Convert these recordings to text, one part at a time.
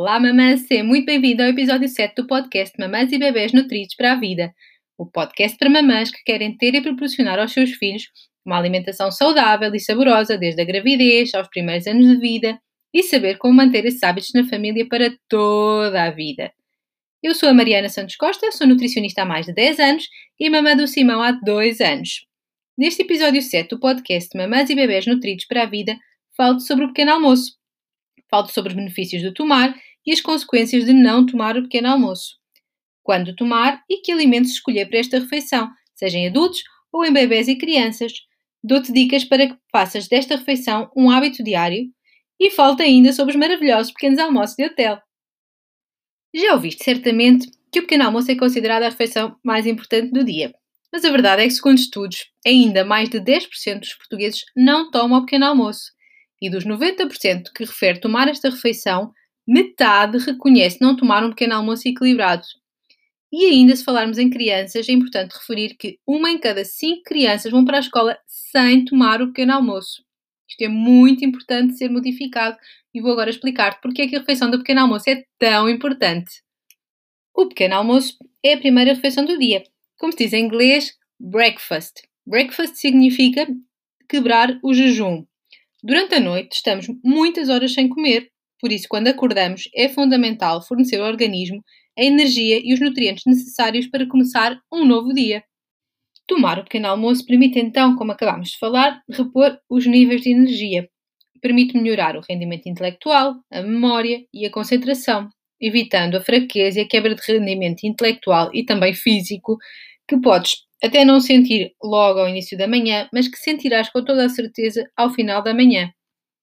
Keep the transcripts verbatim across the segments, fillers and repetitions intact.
Olá, mamãs! Seja muito bem-vindo ao episódio sete do podcast Mamãs e Bebés Nutridos para a Vida. O podcast para mamãs que querem ter e proporcionar aos seus filhos uma alimentação saudável e saborosa desde a gravidez aos primeiros anos de vida e saber como manter esses hábitos na família para toda a vida. Eu sou a Mariana Santos Costa, sou nutricionista há mais de dez anos e mamã do Simão há dois anos. Neste episódio sete do podcast Mamãs e Bebés Nutridos para a Vida, falo sobre o pequeno almoço. Falo sobre os benefícios de tomar e as consequências de não tomar o pequeno almoço. Quando tomar e que alimentos escolher para esta refeição, seja em adultos ou em bebés e crianças. Dou-te dicas para que faças desta refeição um hábito diário e falo ainda sobre os maravilhosos pequenos almoços de hotel. Já ouviste certamente que o pequeno almoço é considerado a refeição mais importante do dia. Mas a verdade é que, segundo estudos, ainda mais de dez por cento dos portugueses não tomam o pequeno almoço. E dos noventa por cento que refere tomar esta refeição, metade reconhece não tomar um pequeno almoço equilibrado. E ainda, se falarmos em crianças, é importante referir que uma em cada cinco crianças vão para a escola sem tomar o pequeno almoço. Isto é muito importante ser modificado e vou agora explicar-te porque é que a refeição do pequeno almoço é tão importante. O pequeno almoço é a primeira refeição do dia. Como se diz em inglês, breakfast. Breakfast significa quebrar o jejum. Durante a noite estamos muitas horas sem comer, por isso quando acordamos é fundamental fornecer ao organismo a energia e os nutrientes necessários para começar um novo dia. Tomar o pequeno almoço permite então, como acabámos de falar, repor os níveis de energia. Permite melhorar o rendimento intelectual, a memória e a concentração, evitando a fraqueza e a quebra de rendimento intelectual e também físico que podes até não sentir logo ao início da manhã, mas que sentirás com toda a certeza ao final da manhã.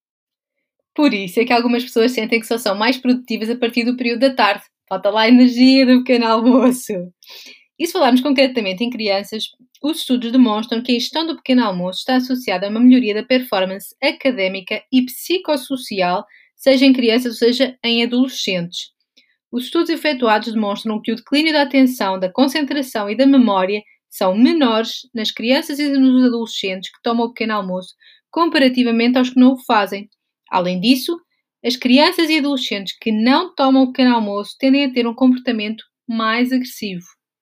Por isso é que algumas pessoas sentem que só são mais produtivas a partir do período da tarde. Falta lá a energia do pequeno almoço. E se falarmos concretamente em crianças, os estudos demonstram que a ingestão do pequeno almoço está associada a uma melhoria da performance académica e psicossocial, seja em crianças ou seja em adolescentes. Os estudos efetuados demonstram que o declínio da atenção, da concentração e da memória são menores nas crianças e nos adolescentes que tomam o pequeno almoço comparativamente aos que não o fazem. Além disso, as crianças e adolescentes que não tomam o pequeno almoço tendem a ter um comportamento mais agressivo.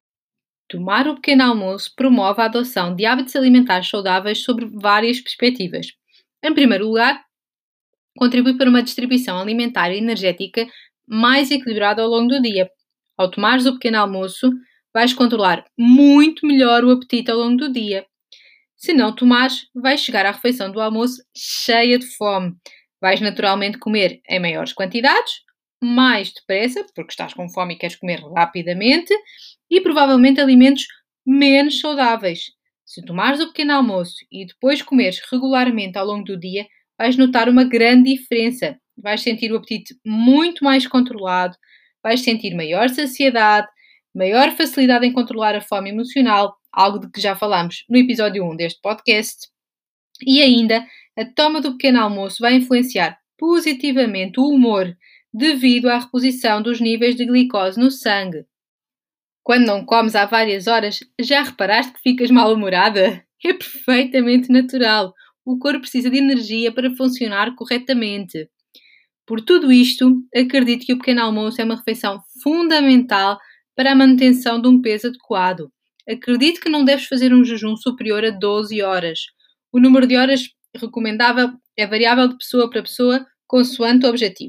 Tomar o pequeno almoço promove a adoção de hábitos alimentares saudáveis sobre várias perspectivas. Em primeiro lugar, contribui para uma distribuição alimentar e energética mais equilibrada ao longo do dia. Ao tomares o pequeno almoço, vais controlar muito melhor o apetite ao longo do dia. Se não tomares, vais chegar à refeição do almoço cheia de fome. Vais naturalmente comer em maiores quantidades, mais depressa, porque estás com fome e queres comer rapidamente, e provavelmente alimentos menos saudáveis. Se tomares o pequeno almoço e depois comeres regularmente ao longo do dia, vais notar uma grande diferença. Vais sentir o apetite muito mais controlado, vais sentir maior saciedade, maior facilidade em controlar a fome emocional, algo de que já falámos no episódio um deste podcast. E ainda, a toma do pequeno almoço vai influenciar positivamente o humor devido à reposição dos níveis de glicose no sangue. Quando não comes há várias horas, já reparaste que ficas mal-humorada? É perfeitamente natural. O corpo precisa de energia para funcionar corretamente. Por tudo isto, acredito que o pequeno almoço é uma refeição fundamental para a manutenção de um peso adequado. Acredito que não deves fazer um jejum superior a doze horas. O número de horas recomendável é variável de pessoa para pessoa, consoante o objetivo.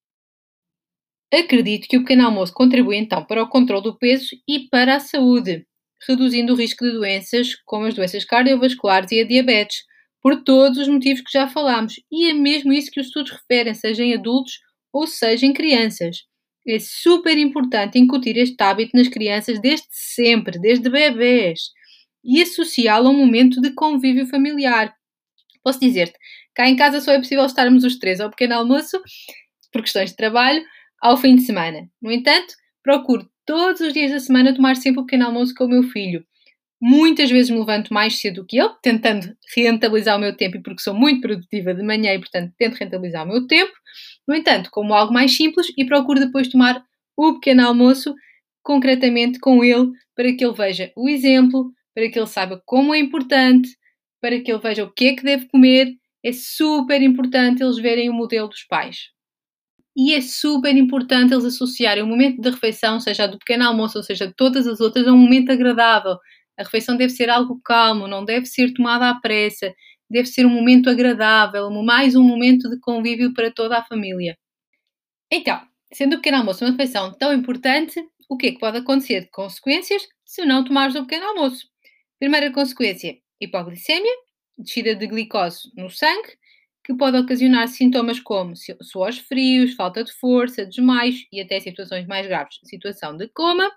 Acredito que o pequeno almoço contribui então para o controle do peso e para a saúde, reduzindo o risco de doenças como as doenças cardiovasculares e a diabetes, por todos os motivos que já falámos. E é mesmo isso que os estudos referem, seja em adultos ou seja em crianças. É super importante incutir este hábito nas crianças desde sempre, desde bebés, e associá-lo a um momento de convívio familiar. Posso dizer-te, cá em casa só é possível estarmos os três ao pequeno almoço, por questões de trabalho, ao fim de semana. No entanto, procuro todos os dias da semana tomar sempre o pequeno almoço com o meu filho. Muitas vezes me levanto mais cedo que ele, tentando rentabilizar o meu tempo, e porque sou muito produtiva de manhã e, portanto, tento rentabilizar o meu tempo. No entanto, como algo mais simples e procuro depois tomar o pequeno almoço concretamente com ele, para que ele veja o exemplo, para que ele saiba como é importante, para que ele veja o que é que deve comer. É super importante eles verem o modelo dos pais. E é super importante eles associarem o momento da refeição, seja do pequeno almoço ou seja de todas as outras, a um momento agradável. A refeição deve ser algo calmo, não deve ser tomada à pressa, deve ser um momento agradável, mais um momento de convívio para toda a família. Então, sendo o pequeno almoço uma refeição tão importante, o que é que pode acontecer de consequências se não tomares o pequeno almoço? Primeira consequência, hipoglicemia, descida de glicose no sangue, que pode ocasionar sintomas como suores frios, falta de força, desmaios e até situações mais graves, situação de coma.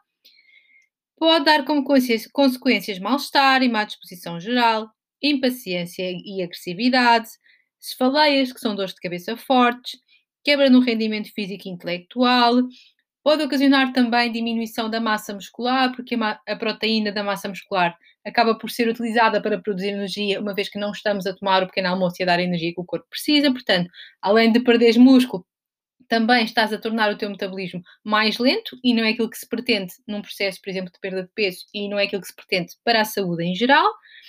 Pode dar como consequências mal-estar e má disposição geral, impaciência e agressividade, cefaleias, que são dores de cabeça fortes, quebra no rendimento físico e intelectual. Pode ocasionar também diminuição da massa muscular, porque a proteína da massa muscular acaba por ser utilizada para produzir energia, uma vez que não estamos a tomar o pequeno almoço e a dar a energia que o corpo precisa. Portanto, além de perderes músculo, também estás a tornar o teu metabolismo mais lento e não é aquilo que se pretende num processo, por exemplo, de perda de peso e não é aquilo que se pretende para a saúde em geral.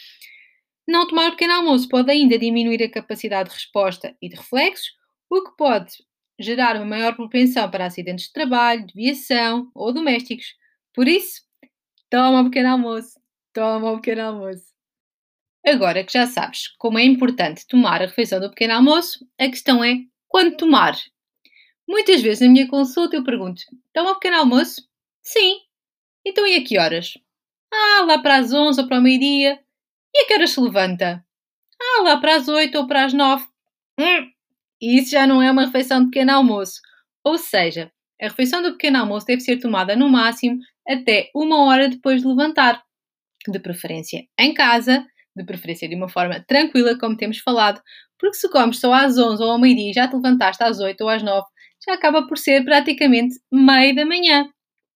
Não tomar o pequeno almoço pode ainda diminuir a capacidade de resposta e de reflexos, o que pode gerar uma maior propensão para acidentes de trabalho, de viação ou domésticos. Por isso, toma o pequeno almoço, toma o pequeno almoço. Agora que já sabes como é importante tomar a refeição do pequeno almoço, a questão é quando tomar. Muitas vezes na minha consulta eu pergunto, toma o pequeno almoço? Sim. Então e a que horas? Ah, lá para as onze ou para o meio-dia. E a que horas se levanta? Ah, lá para as oito ou para as nove. Hum, isso já não é uma refeição de pequeno almoço. Ou seja, a refeição do pequeno almoço deve ser tomada no máximo até uma hora depois de levantar. De preferência em casa, de preferência de uma forma tranquila, como temos falado, porque se comes só às onze ou ao meio-dia e já te levantaste às oito ou às nove, já acaba por ser praticamente meio da manhã.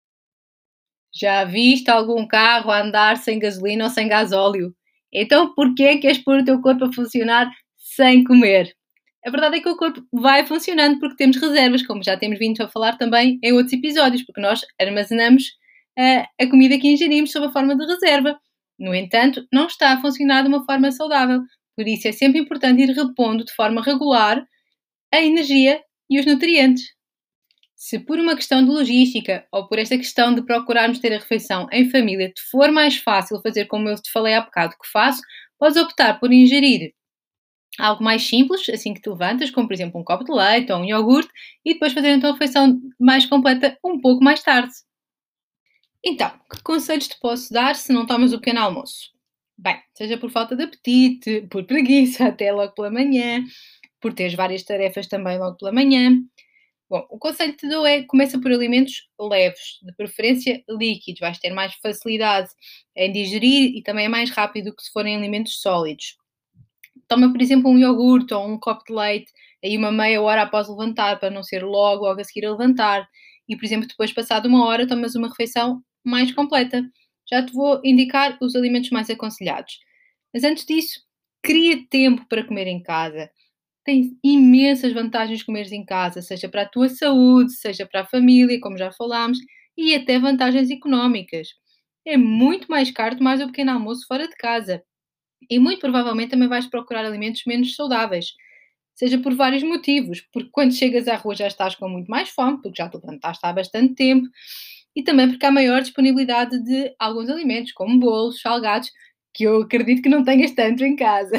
Já viste algum carro a andar sem gasolina ou sem gasóleo? Então porquê é que és pôr o teu corpo a funcionar sem comer? A verdade é que o corpo vai funcionando porque temos reservas, como já temos vindo a falar também em outros episódios, porque nós armazenamos uh, a comida que ingerimos sob a forma de reserva. No entanto, não está a funcionar de uma forma saudável. Por isso é sempre importante ir repondo de forma regular a energia e os nutrientes. Se por uma questão de logística ou por esta questão de procurarmos ter a refeição em família te for mais fácil fazer como eu te falei há bocado que faço, podes optar por ingerir algo mais simples, assim que te levantas, como por exemplo um copo de leite ou um iogurte, e depois fazer então a refeição mais completa um pouco mais tarde. Então, que conselhos te posso dar se não tomas o pequeno almoço? Bem, seja por falta de apetite, por preguiça até logo pela manhã, por teres várias tarefas também logo pela manhã. Bom, o conselho que te dou é começa por alimentos leves, de preferência líquidos, vais ter mais facilidade em digerir e também é mais rápido que se forem alimentos sólidos. Toma, por exemplo, um iogurte ou um copo de leite, aí uma meia hora após levantar, para não ser logo, logo a seguir a levantar. E, por exemplo, depois, passado uma hora, tomas uma refeição mais completa. Já te vou indicar os alimentos mais aconselhados. Mas antes disso, cria tempo para comer em casa. Tem imensas vantagens comeres em casa, seja para a tua saúde, seja para a família, como já falámos, e até vantagens económicas. É muito mais caro tomar o pequeno almoço fora de casa. E muito provavelmente também vais procurar alimentos menos saudáveis. Seja por vários motivos, porque quando chegas à rua já estás com muito mais fome, porque já te levantaste há bastante tempo, e também porque há maior disponibilidade de alguns alimentos, como bolos, salgados, que eu acredito que não tenhas tanto em casa.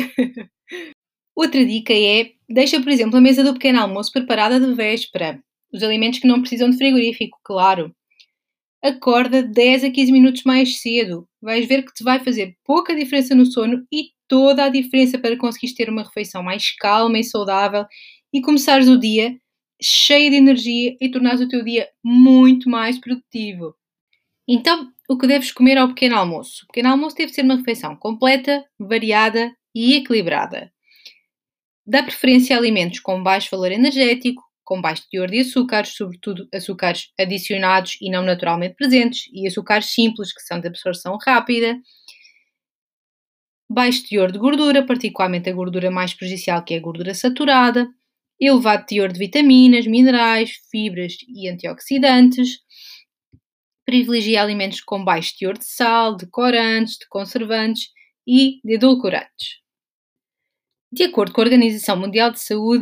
Outra dica é, deixa, por exemplo, a mesa do pequeno almoço preparada de véspera. Os alimentos que não precisam de frigorífico, claro. Acorda dez a quinze minutos mais cedo. Vais ver que te vai fazer pouca diferença no sono e toda a diferença para conseguires ter uma refeição mais calma e saudável e começares o dia cheio de energia e tornares o teu dia muito mais produtivo. Então, o que deves comer ao pequeno almoço? O pequeno almoço deve ser uma refeição completa, variada e equilibrada. Dá preferência a alimentos com baixo valor energético, com baixo teor de açúcares, sobretudo açúcares adicionados e não naturalmente presentes, e açúcares simples, que são de absorção rápida. Baixo teor de gordura, particularmente a gordura mais prejudicial, que é a gordura saturada. Elevado teor de vitaminas, minerais, fibras e antioxidantes. Privilegia alimentos com baixo teor de sal, de corantes, de conservantes e de edulcorantes. De acordo com a Organização Mundial de Saúde,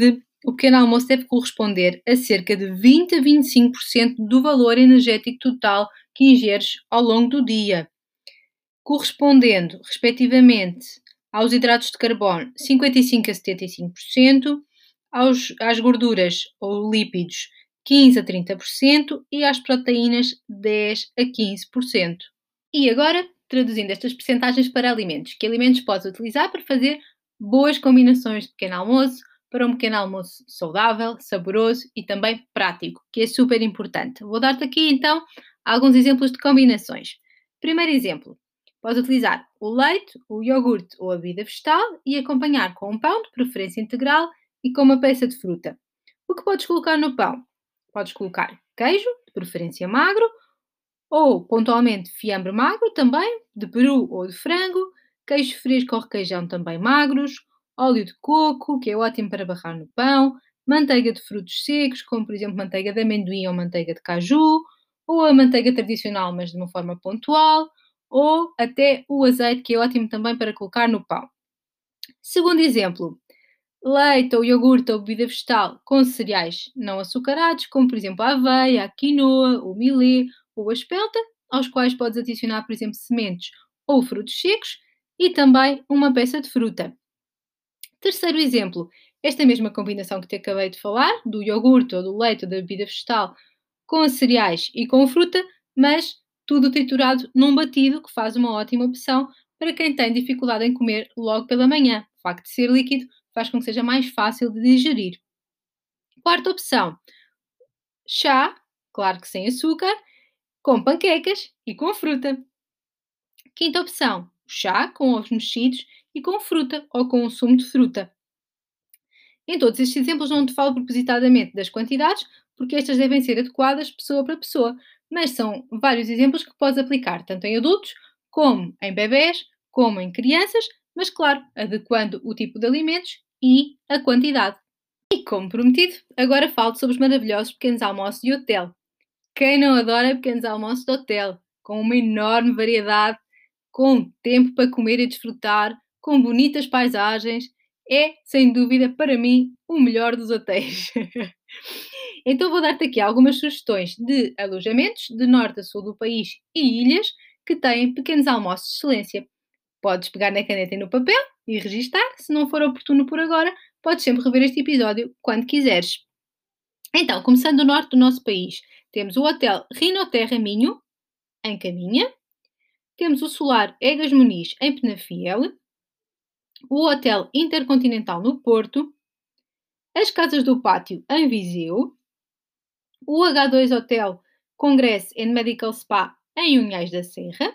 o pequeno almoço deve corresponder a cerca de vinte a vinte e cinco por cento do valor energético total que ingeres ao longo do dia, correspondendo, respectivamente, aos hidratos de carbono cinquenta e cinco a setenta e cinco por cento, aos, às gorduras ou lípidos quinze a trinta por cento e às proteínas dez a quinze por cento. E agora, traduzindo estas percentagens para alimentos, que alimentos podes utilizar para fazer boas combinações de pequeno almoço, para um pequeno almoço saudável, saboroso e também prático, que é super importante. Vou dar-te aqui então alguns exemplos de combinações. Primeiro exemplo, podes utilizar o leite, o iogurte ou a bebida vegetal e acompanhar com um pão, de preferência integral, e com uma peça de fruta. O que podes colocar no pão? Podes colocar queijo, de preferência magro, ou pontualmente fiambre magro também, de peru ou de frango, queijo fresco ou requeijão também magros, óleo de coco, que é ótimo para barrar no pão, manteiga de frutos secos, como por exemplo manteiga de amendoim ou manteiga de caju, ou a manteiga tradicional, mas de uma forma pontual, ou até o azeite, que é ótimo também para colocar no pão. Segundo exemplo, leite ou iogurte ou bebida vegetal com cereais não açucarados, como por exemplo a aveia, a quinoa, o milê ou a espelta, aos quais podes adicionar, por exemplo, sementes ou frutos secos e também uma peça de fruta. Terceiro exemplo, esta mesma combinação que te acabei de falar, do iogurte ou do leite ou da bebida vegetal com cereais e com fruta, mas tudo triturado num batido, que faz uma ótima opção para quem tem dificuldade em comer logo pela manhã. O facto de ser líquido faz com que seja mais fácil de digerir. Quarta opção, chá, claro que sem açúcar, com panquecas e com fruta. Quinta opção, chá com ovos mexidos e com fruta ou com um sumo de fruta. Em todos estes exemplos não te falo propositadamente das quantidades, porque estas devem ser adequadas pessoa para pessoa, mas são vários exemplos que podes aplicar, tanto em adultos, como em bebés, como em crianças, mas claro, adequando o tipo de alimentos e a quantidade. E como prometido, agora falo sobre os maravilhosos pequenos almoços de hotel. Quem não adora pequenos almoços de hotel? Com uma enorme variedade, com tempo para comer e desfrutar, com bonitas paisagens, é, sem dúvida, para mim, o melhor dos hotéis. Então vou dar-te aqui algumas sugestões de alojamentos de norte a sul do país e ilhas que têm pequenos almoços de excelência. Podes pegar na caneta e no papel e registar. Se não for oportuno por agora, podes sempre rever este episódio quando quiseres. Então, começando do norte do nosso país, temos o Hotel Rinoterra Minho, em Caminha. Temos o Solar Egas Muniz, em Penafiel. O Hotel Intercontinental, no Porto. As Casas do Pátio, em Viseu. O agá dois Hotel Congress and Medical Spa, em Unhais da Serra.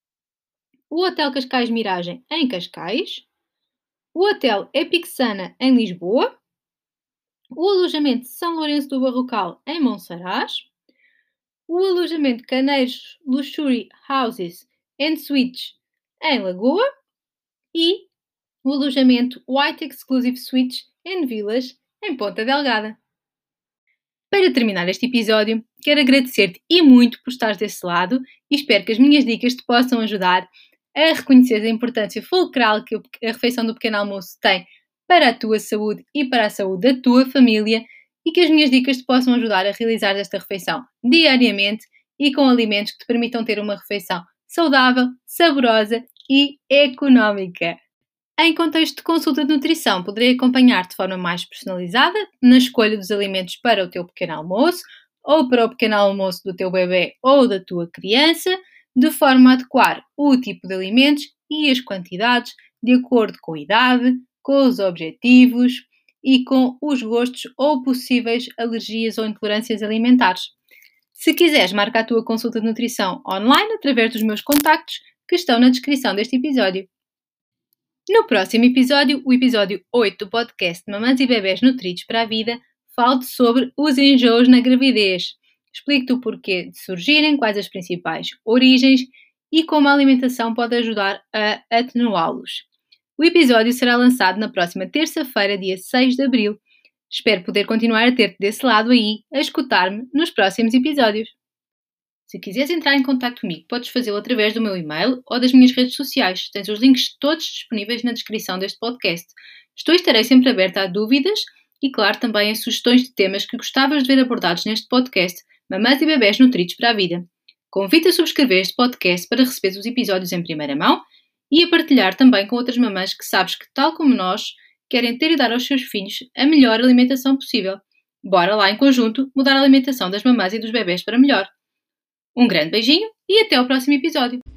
O Hotel Cascais Miragem, em Cascais. O Hotel Epic Sana, em Lisboa. O alojamento São Lourenço do Barrocal, em Monsaraz. O alojamento Caneiros Luxury Houses and Suites, em Lagoa. E o alojamento White Exclusive Suites and Villas, em Ponta Delgada. Para terminar este episódio, quero agradecer-te e muito por estares desse lado e espero que as minhas dicas te possam ajudar a reconhecer a importância fulcral que a refeição do pequeno almoço tem para a tua saúde e para a saúde da tua família e que as minhas dicas te possam ajudar a realizar esta refeição diariamente e com alimentos que te permitam ter uma refeição saudável, saborosa e económica. Em contexto de consulta de nutrição, poderei acompanhar-te de forma mais personalizada na escolha dos alimentos para o teu pequeno almoço ou para o pequeno almoço do teu bebê ou da tua criança, de forma a adequar o tipo de alimentos e as quantidades de acordo com a idade, com os objetivos e com os gostos ou possíveis alergias ou intolerâncias alimentares. Se quiseres, marca a tua consulta de nutrição online através dos meus contactos que estão na descrição deste episódio. No próximo episódio, o episódio oito do podcast Mamães e Bebés Nutridos para a Vida, falo-te sobre os enjoos na gravidez. Explico-te o porquê de surgirem, quais as principais origens e como a alimentação pode ajudar a atenuá-los. O episódio será lançado na próxima terça-feira, dia seis de abril. Espero poder continuar a ter-te desse lado aí, a escutar-me nos próximos episódios. Se quiseres entrar em contato comigo, podes fazê-lo através do meu e-mail ou das minhas redes sociais. Tens os links todos disponíveis na descrição deste podcast. Estou e estarei sempre aberta a dúvidas e, claro, também as sugestões de temas que gostavas de ver abordados neste podcast Mamães e Bebés Nutridos para a Vida. Convido-te a subscrever este podcast para receber os episódios em primeira mão e a partilhar também com outras mamães que sabes que, tal como nós, querem ter e dar aos seus filhos a melhor alimentação possível. Bora lá, em conjunto, mudar a alimentação das mamães e dos bebés para melhor. Um grande beijinho e até ao próximo episódio.